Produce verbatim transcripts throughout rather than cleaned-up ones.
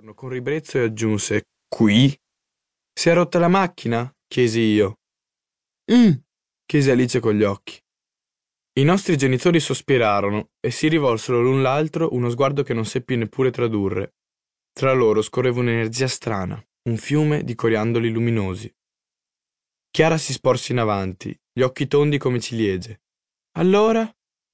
giorno con ribrezzo e aggiunse: «Qui? Si è rotta la macchina?» chiesi io. «Mm», chiese Alice con gli occhi. I nostri genitori sospirarono e si rivolsero l'un l'altro uno sguardo che non seppi neppure tradurre. Tra loro scorreva un'energia strana, un fiume di coriandoli luminosi. Chiara si sporse in avanti, gli occhi tondi come ciliegie. «Allora?»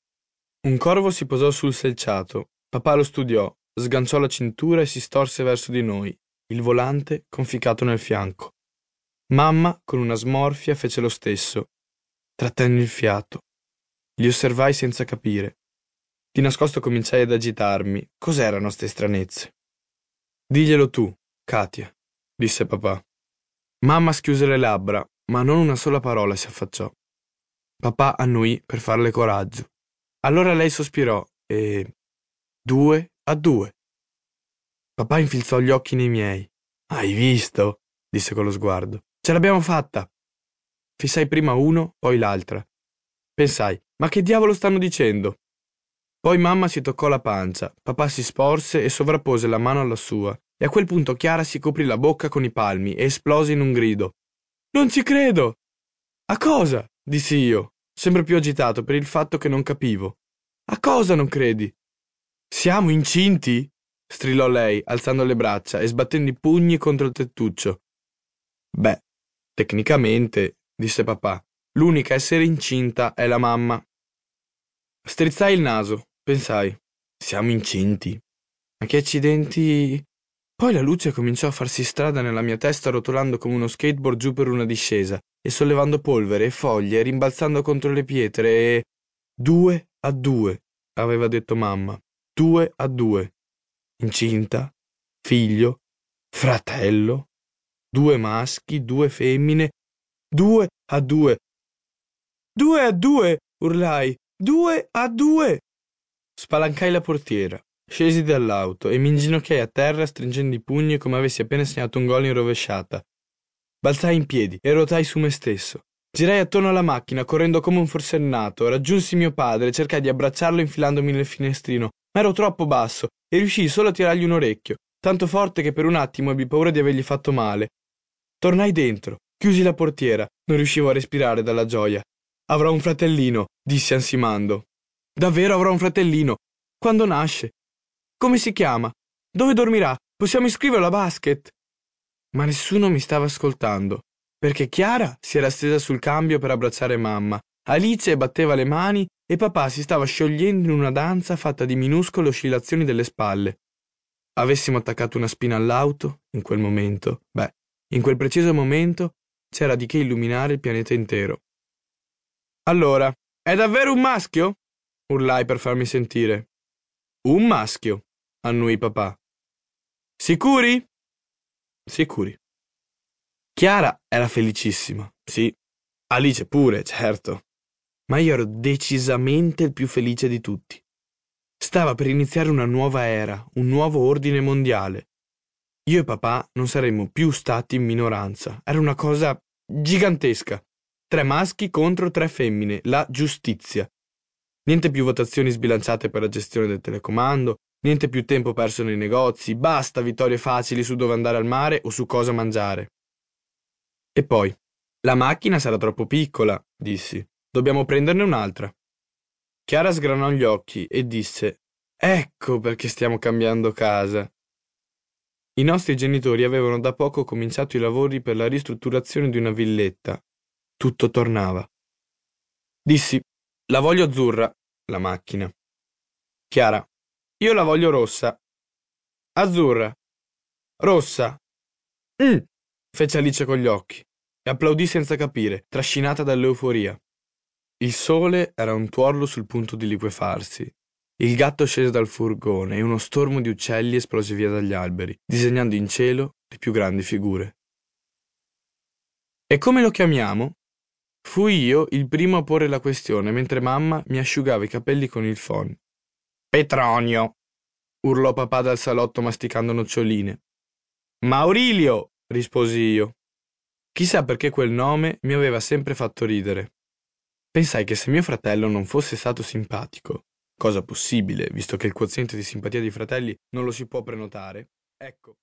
Un corvo si posò sul selciato, papà lo studiò, sganciò la cintura e si storse verso di noi, il volante conficcato nel fianco. Mamma, con una smorfia, fece lo stesso. Trattenne il fiato. Li osservai senza capire. Di nascosto cominciai ad agitarmi. Cos'erano ste stranezze? «Diglielo tu, Katia», disse papà. Mamma schiuse le labbra, ma non una sola parola si affacciò. Papà annuì per farle coraggio. Allora lei sospirò e... due a due. Papà infilzò gli occhi nei miei. «Hai visto?» disse con lo sguardo. «Ce l'abbiamo fatta!» Fissai prima uno, poi l'altra. Pensai: «Ma che diavolo stanno dicendo?» Poi mamma si toccò la pancia, papà si sporse e sovrappose la mano alla sua, e a quel punto Chiara si coprì la bocca con i palmi e esplose in un grido. «Non ci credo!» «A cosa?» dissi io, sempre più agitato per il fatto che non capivo. «A cosa non credi?» «Siamo incinti?» strillò lei, alzando le braccia e sbattendo i pugni contro il tettuccio. «Beh, tecnicamente», disse papà, «l'unica a essere incinta è la mamma». Strizzai il naso, pensai: «Siamo incinti? Ma che accidenti...» Poi la luce cominciò a farsi strada nella mia testa rotolando come uno skateboard giù per una discesa e sollevando polvere e foglie e rimbalzando contro le pietre e... «Due a due», aveva detto mamma. «Due a due. Incinta, figlio, fratello, due maschi, due femmine, due a due». «Due a due!» urlai. «Due a due!» Spalancai la portiera, scesi dall'auto e mi inginocchiai a terra stringendo i pugni come avessi appena segnato un gol in rovesciata. Balzai in piedi e rotai su me stesso. Girai attorno alla macchina correndo come un forsennato, raggiunsi mio padre e cercai di abbracciarlo infilandomi nel finestrino, ma ero troppo basso e riuscii solo a tirargli un orecchio, tanto forte che per un attimo ebbi paura di avergli fatto male. Tornai dentro, chiusi la portiera, non riuscivo a respirare dalla gioia. «Avrò un fratellino», dissi ansimando. «Davvero avrò un fratellino? Quando nasce? Come si chiama? Dove dormirà? Possiamo iscriverlo a basket?» Ma nessuno mi stava ascoltando, perché Chiara si era stesa sul cambio per abbracciare mamma, Alice batteva le mani e papà si stava sciogliendo in una danza fatta di minuscole oscillazioni delle spalle. Avessimo attaccato una spina all'auto, in quel momento, beh, in quel preciso momento c'era di che illuminare il pianeta intero. «Allora, è davvero un maschio?» urlai per farmi sentire. «Un maschio», annuì papà. «Sicuri?» Sicuri. Chiara era felicissima, sì. Alice pure, certo. Ma io ero decisamente il più felice di tutti. Stava per iniziare una nuova era, un nuovo ordine mondiale. Io e papà non saremmo più stati in minoranza. Era una cosa gigantesca. Tre maschi contro tre femmine, la giustizia. Niente più votazioni sbilanciate per la gestione del telecomando, niente più tempo perso nei negozi, basta vittorie facili su dove andare al mare o su cosa mangiare. E poi, la macchina sarà troppo piccola, dissi. Dobbiamo prenderne un'altra. Chiara sgranò gli occhi e disse: «Ecco perché stiamo cambiando casa». I nostri genitori avevano da poco cominciato i lavori per la ristrutturazione di una villetta. Tutto tornava. Dissi: «La voglio azzurra, la macchina». Chiara: «Io la voglio rossa». «Azzurra». «Rossa». Mm, fece Alice con gli occhi e applaudì senza capire, trascinata dall'euforia. Il sole era un tuorlo sul punto di liquefarsi. Il gatto scese dal furgone e uno stormo di uccelli esplose via dagli alberi, disegnando in cielo le più grandi figure. «E come lo chiamiamo?» Fui io il primo a porre la questione mentre mamma mi asciugava i capelli con il phon. «Petronio!» urlò papà dal salotto masticando noccioline. «Maurilio!» risposi io. Chissà perché quel nome mi aveva sempre fatto ridere. Pensai che se mio fratello non fosse stato simpatico, cosa possibile visto che il quoziente di simpatia dei fratelli non lo si può prenotare, ecco,